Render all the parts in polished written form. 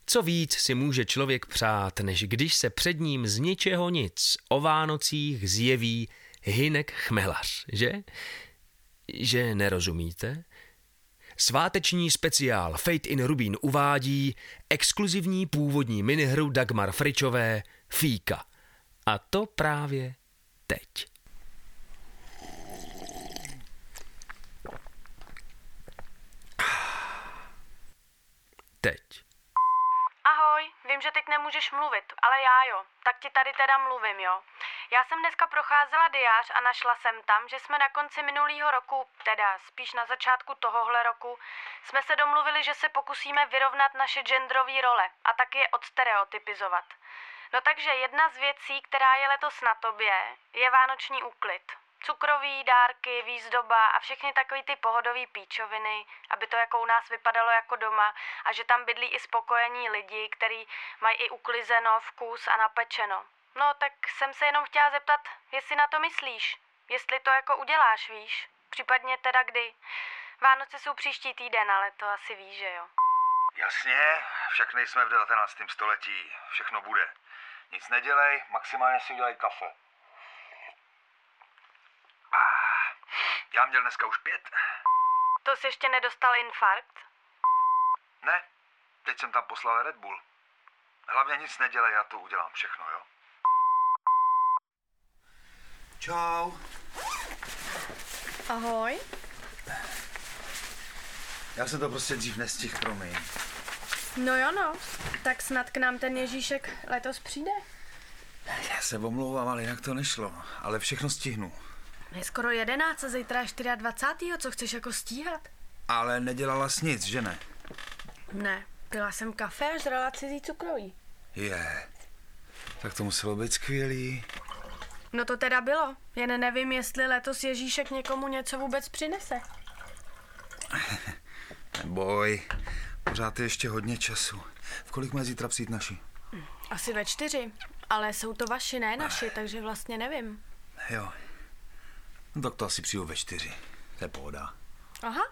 Co víc si může člověk přát, než když se před ním z ničeho nic o Vánocích zjeví Hynek Chmelař, že? Že nerozumíte? Sváteční speciál Fate in Rubín uvádí exkluzivní původní minihru Dagmar Fričové Fíka. A to právě teď. Teď. Ahoj, vím, že teď nemůžeš mluvit, ale já jo, tak ti tady teda mluvím, jo. Já jsem dneska procházela diář a našla jsem tam, že jsme na konci minulého roku, teda spíš na začátku tohohle roku, jsme se domluvili, že se pokusíme vyrovnat naše genderové role a taky je odstereotypizovat. No takže jedna z věcí, která je letos na tobě, je vánoční úklid. Cukroví, dárky, výzdoba a všechny takový ty pohodový píčoviny, aby to jako u nás vypadalo jako doma a že tam bydlí i spokojení lidi, kteří mají i uklizeno, vkus a napečeno. No tak jsem se jenom chtěla zeptat, jestli na to myslíš, jestli to jako uděláš, víš, případně teda kdy. Vánoce jsou příští týden, ale to asi víš, že jo. Jasně, však nejsme v 19. století, všechno bude. Nic nedělej, maximálně si udělej kafe. Já měl dneska už 5. To jsi ještě nedostal infarkt? Ne, teď jsem tam poslal Red Bull. Hlavně nic nedělej, já to udělám všechno, jo? Čau. Ahoj. Já jsem to prostě dřív nestihl, promiň. No jo no, tak snad k nám ten Ježíšek letos přijde. Já se omlouvám, ale jinak to nešlo, ale všechno stihnu. Je skoro 11 a zítra je 24. Co chceš jako stíhat? Ale nedělala jsi nic, že ne? Ne, pila jsem kafe a žrala cizí cukroví. Tak to muselo být skvělý. No to teda bylo, jen nevím, jestli letos Ježíšek někomu něco vůbec přinese. Neboj, pořád je ještě hodně času. V kolik má zítra přijít naši? Asi ve 4, ale jsou to vaši, ne naši, takže vlastně nevím. Jo, no tak to asi přijdu ve 4, to je pohoda. Aha.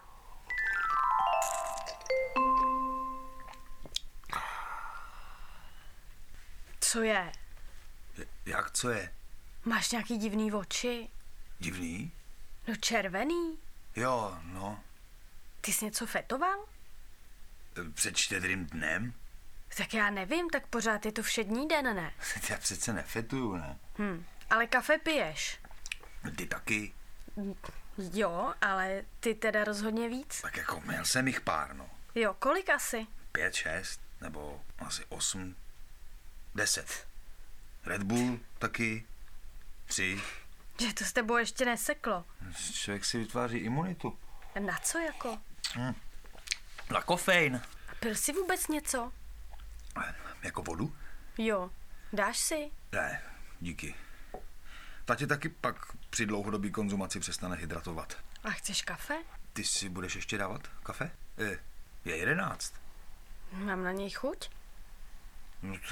Co je? Jak, co je? Máš nějaký divný oči? Divný? No červený. Jo, no. Ty jsi něco fetoval? Před 4 dnem? Tak já nevím, tak pořád je to všední den, ne? Já přece nefetuju, ne? Ale kafe piješ. Ty taky? Jo, ale ty teda rozhodně víc. Tak jako měl jsem jich pár, no. Jo, kolik asi? 5, 6, nebo asi 8, 10. Red Bull taky 3. Že to s tebou ještě neseklo. Člověk si vytváří imunitu. Na co jako? Na kofein. Pil jsi vůbec něco? Jako vodu? Jo. Dáš si? Ne, díky. Tati taky pak při dlouhodobý konzumaci přestane hydratovat. A chceš kafe? Ty si budeš ještě dávat kafe? Je 11. Mám na něj chuť? No tak...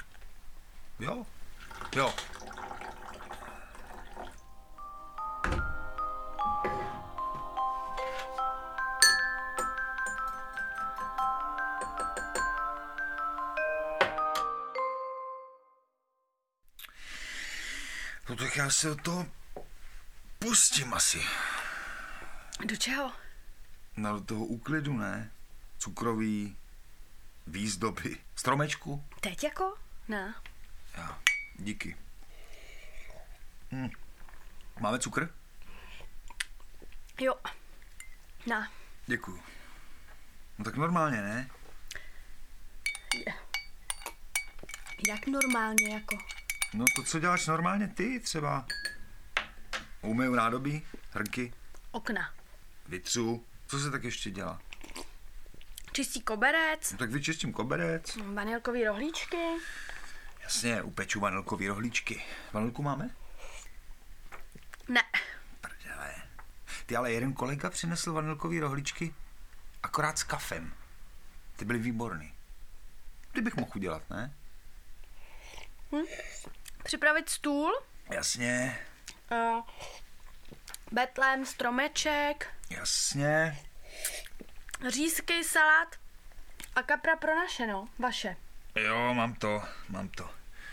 Jo. No tak já se o to pustím asi. Do čeho? No do toho úklidu, ne? Cukroví, výzdoby, stromečku. Teď jako? Ne. Jo, díky. Máme cukr? Jo. Ne. Děkuju. No tak normálně, ne? Jak normálně jako? No to, co děláš normálně ty třeba. Umyju nádobí, hrnky, Okna. vytřu. Co se tak ještě dělá? Čistí koberec. No tak vyčistím koberec. Vanilkový rohlíčky. Jasně, upeču vanilkový rohlíčky. Vanilku máme? Ne. Prdele. Ty, ale jeden kolega přinesl vanilkový rohlíčky akorát s kafem. Ty byly výborný. Ty bych mohl udělat, ne? Připravit stůl. Jasně. Betlém, stromeček. Jasně. Řízky, salát a kapra pro naše, no. Vaše. Jo, mám to. Mám to.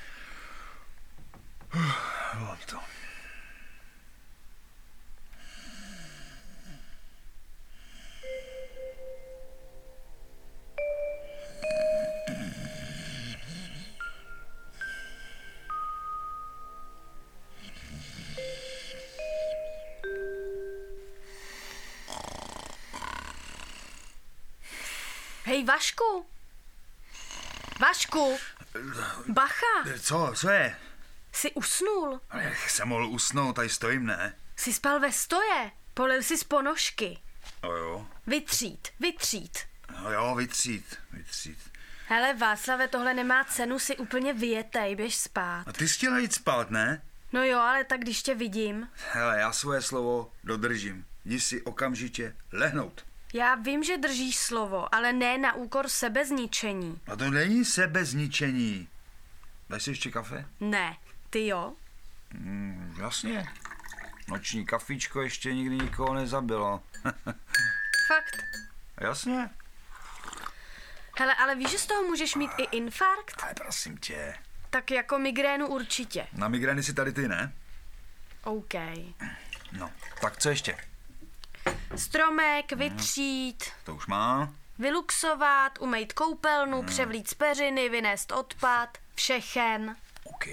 Hej, Vašku! Vašku! Bacha! Co je? Jsi usnul? Ale jak jsem mohl usnout, tady stojím, ne? Jsi spal ve stoje. Polil jsi z ponožky. No jo. Vytřít. No jo, vytřít. Hele, Václave, tohle nemá cenu, si úplně vyjetej, běž spát. A ty jsi chtěla jít spát, ne? No jo, ale tak když tě vidím. Hele, já svoje slovo dodržím. Jdi si okamžitě lehnout. Já vím, že držíš slovo, ale ne na úkor sebezničení. A to není sebezničení. Dáš si ještě kafe? Ne, ty jo? Jasně. Noční kafičko ještě nikdy nikoho nezabilo. Fakt. Jasně. Hele, ale víš, že z toho můžeš mít i infarkt? Ale prosím tě. Tak jako migrénu určitě. Na migrény si tady ty, ne? OK. No, tak co ještě? Stromek, vytřít, To už má. vyluxovat, umejt koupelnu, převlít z peřiny, vynést odpad, všechen. OK.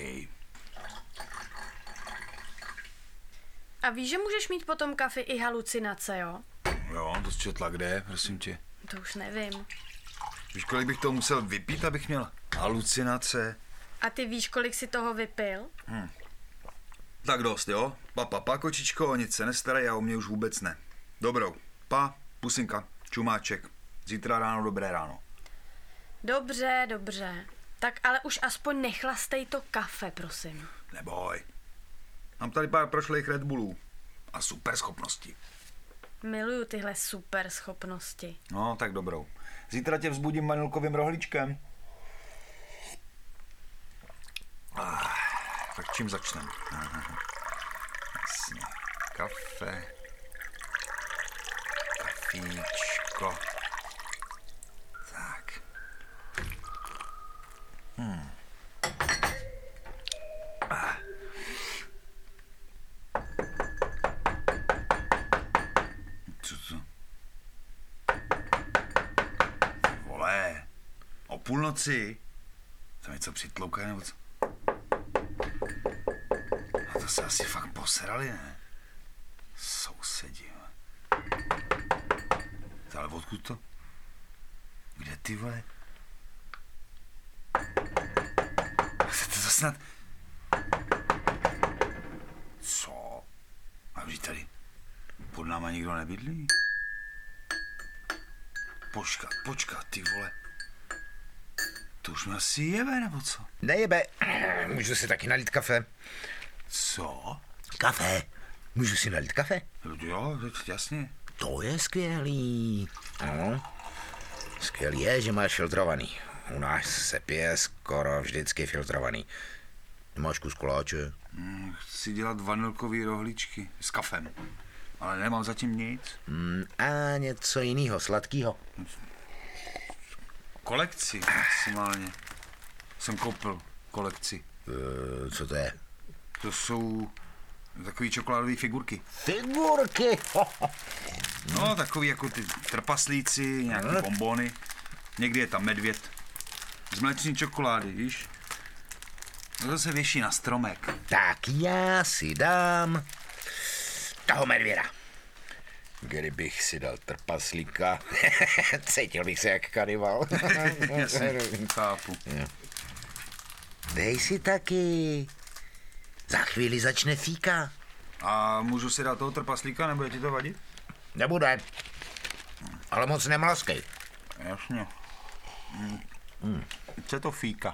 A víš, že můžeš mít potom kafi i halucinace, jo? Jo, to jsi četla kde, prosím tě. To už nevím. Víš, kolik bych to musel vypít, abych měl halucinace? A ty víš, kolik si toho vypil? Tak dost, jo? Pa, kočičko, o nic se nestarej a o mě už vůbec ne. Dobrou. Pa, pusinka, čumáček. Zítra ráno, dobré ráno. Dobře. Tak ale už aspoň nechlastej to kafe, prosím. Neboj. Mám tady pár prošlých Red Bullů. A super schopnosti. Miluju tyhle super schopnosti. No, tak dobrou. Zítra tě vzbudím vanilkovým rohlíčkem. Tak čím začneme? Jasně. Kafe. Kafíčko. Tak. Co? Ty vole. O půlnoci? To něco přitlouká nebo co? A to se asi fakt posrali, ne? Sousedi. Ale odkud to? Kde ty vole? To snad... Co? A vždyť tady pod náma nikdo nebydlí? Počkat, ty vole. To už mi asi jebe, nebo co? Nejebe, můžu si taky nalít kafe. Co? Kafe. Můžu si nalít kafe? Jo, jasně. To je skvělý. No. Skvělý je, že máš filtrovaný. U nás se pije skoro vždycky filtrovaný. Nemáš kus koláče? Chci dělat vanilkový rohlíčky s kafem. Ale nemám zatím nic. A něco jiného, sladkého. Kolekci maximálně. Jsem koupil kolekci. Co to je? To jsou takový čokoládové figurky. Figurky! No, takový jako ty trpaslíci, nějaký bonbony. Někdy je tam medvěd. Z mléčné čokolády, víš? To se věší na stromek. Tak já si dám toho medvěda. Kdybych si dal trpaslíka, cítil bych se jak kanibal. Jasně, chápu. Dej si taky. Za chvíli začne fíka. A můžu si dát toho trpaslíka, nebude ti to vadit? Nebude. Ale moc nemlaskej. Jasně. Co je to fíka?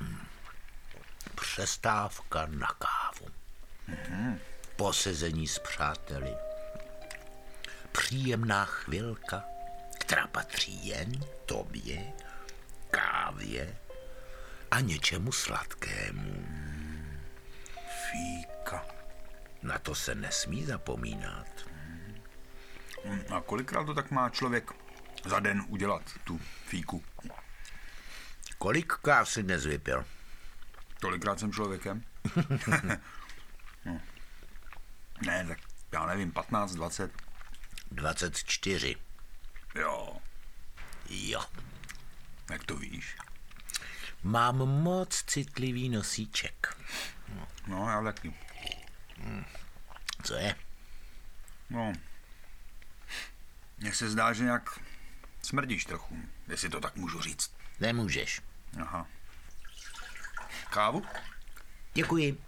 Přestávka na kávu. Posezení s přáteli. Příjemná chvilka, která patří jen tobě, kávě a něčemu sladkému. Fíka. Na to se nesmí zapomínat. A kolikrát to tak má člověk za den udělat, tu fíku? Kolik káv jsi dnes vypil? Tolikrát jsem člověkem. No. Ne, tak já nevím, 15, 20. 24. Jo. Jo. Jak to víš? Mám moc citlivý nosíček. No, já taky. Co je? No. Mně se zdá, že nějak smrdíš trochu, jestli to tak můžu říct. Nemůžeš. Aha. Kávu? Děkuji.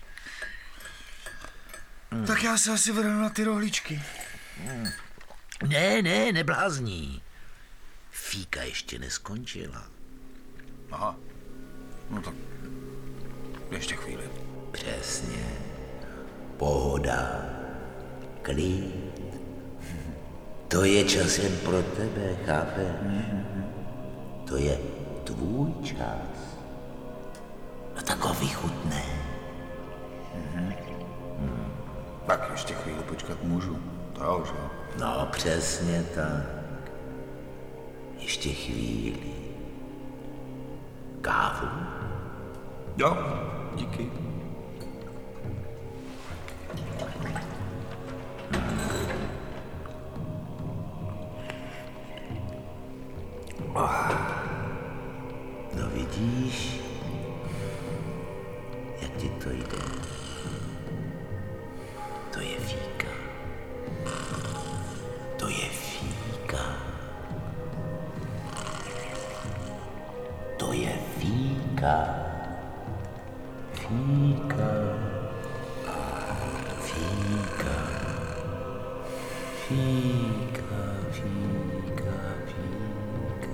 Tak já se asi vrhnu na ty rohlíčky. Ne, neblázní. Fíka ještě neskončila. Aha. No tak ještě chvíli. Přesně. Pohoda. Klid. To je čas jen pro tebe, chápeš? To je tvůj čas. No takový chutné. Tak ještě chvíli počkat můžu. To jo, že jo? No, přesně tak. Ještě chvíli. Kávu? Jo, díky. No vidíš, jak ti to jde. To je fíka. To je fíka. To je fíka. Fíka. Fíka. Fíka, fíka, fíka.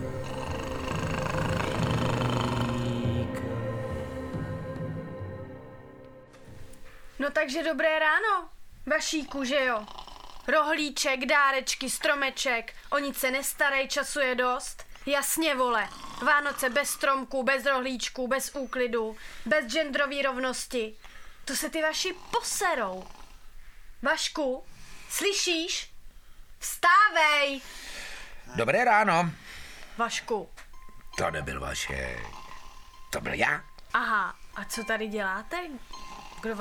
No takže dobré ráno, Vašíku, že jo? Rohlíček, dárečky, stromeček, o nic se nestarej, času je dost. Jasně, vole, Vánoce bez stromků, bez rohlíčků, bez úklidu, bez genderový rovnosti. To se ty vaši poserou. Vašku, slyšíš? Vstávej! Dobré ráno. Vašku. To nebyl vaše. To byl já. Aha, a co tady děláte? Kdo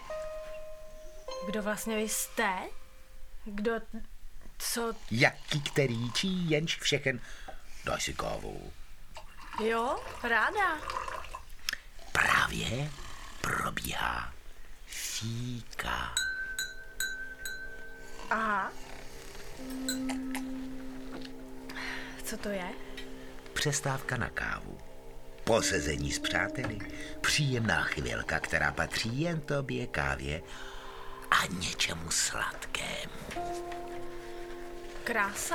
vlastně vy jste? Co? Jaký, který, čí, jenž všechen. Daj si kávu. Jo, ráda. Právě probíhá fíka. Aha. Co to je? Přestávka na kávu. Posezení s přáteli. Příjemná chvilka, která patří jen tobě, kávě a něčemu sladkému. Krása.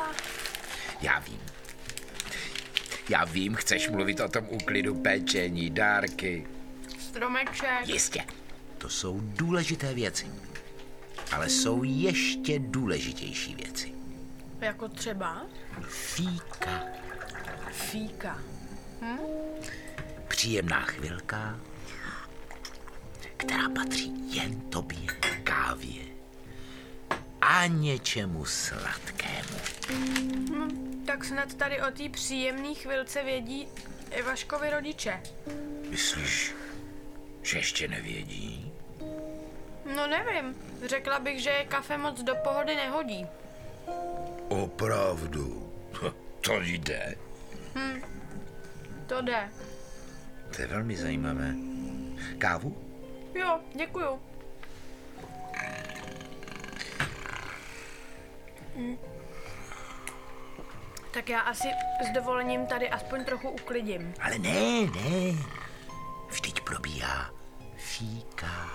Já vím, chceš mluvit o tom úklidu, pečení, dárky. Stromeček. Jistě, to jsou důležité věci. Ale jsou ještě důležitější věci. Jako třeba? Fíka. Fíka. Příjemná chvilka, která patří jen tobě, kávě a něčemu sladkému. Tak snad tady o té příjemné chvilce vědí i Vaškovi rodiče. Myslíš, že ještě nevědí? No nevím, řekla bych, že kafe moc do pohody nehodí. Opravdu? To jde. To jde. To je velmi zajímavé. Kávu? Jo, děkuju. Tak já asi s dovolením tady aspoň trochu uklidím. Ale ne. Vždyť probíhá fíka.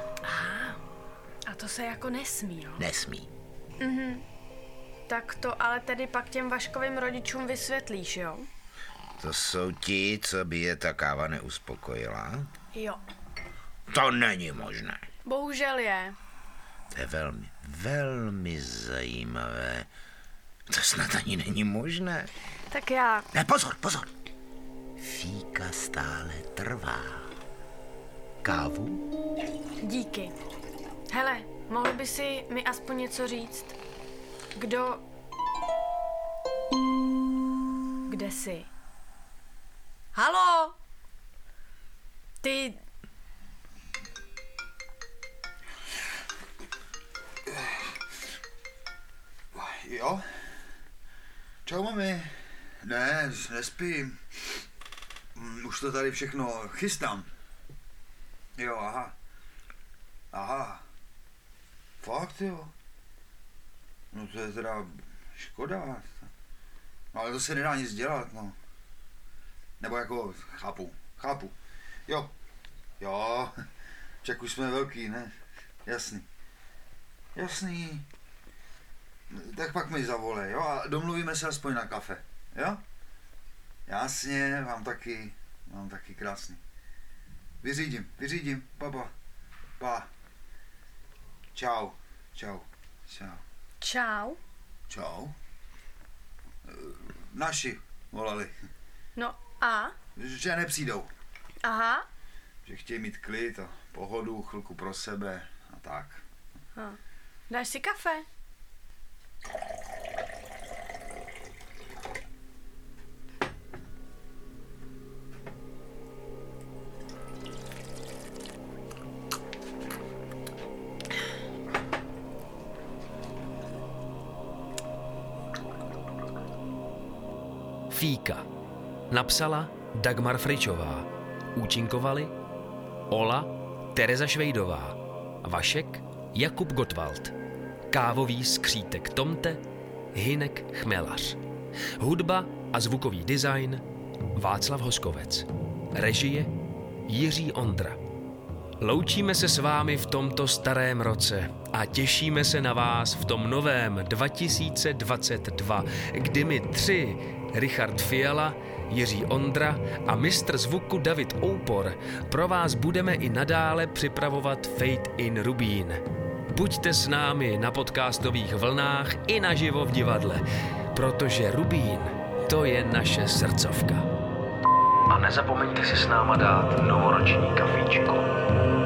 A to se jako nesmí, jo? Nesmí. Tak to ale tedy pak těm Vaškovým rodičům vysvětlíš, jo? To jsou ti, co by je ta káva neuspokojila? Jo. To není možné. Bohužel je. To je velmi, velmi zajímavé. To snad ani není možné. Tak já... Ne, pozor. Fíka stále trvá. Kávu? Díky. Hele, mohl by si mi aspoň něco říct? Kde jsi? Halo? Ty... Jo? Čau, mami. Ne, nespím. Už to tady všechno chystám. Jo, aha. Fakt, jo? No to je teda škoda. No ale to se nedá nic dělat, no. Nebo jako, chápu. Jo, však už jsme velký, ne? Jasný. Tak pak mi zavolej, jo? A domluvíme se aspoň na kafe, jo? Jasně, mám taky krásný. Vyřídím, pa. Čau. Čau. Naši volali. No a? Že nepřijdou. Aha. Že chtějí mít klid a pohodu, chvilku pro sebe a tak. Dáš si kafe? Fíka. Napsala Dagmar Fričová. Účinkovali Ola Tereza Švejdová, Vašek Jakub Gottwald, kávový skřítek Tomte Hynek Chmelař, hudba a zvukový design Václav Hoskovec, režie Jiří Ondra. Loučíme se s vámi v tomto starém roce a těšíme se na vás v tom novém 2022, kdy my tři, Richard Fiala, Jiří Ondra a mistr zvuku David Oupor, pro vás budeme i nadále připravovat Fade in Rubín. Buďte s námi na podcastových vlnách i naživo v divadle, protože Rubín, to je naše srdcovka. A nezapomeňte si s náma dát novoroční kafíčko.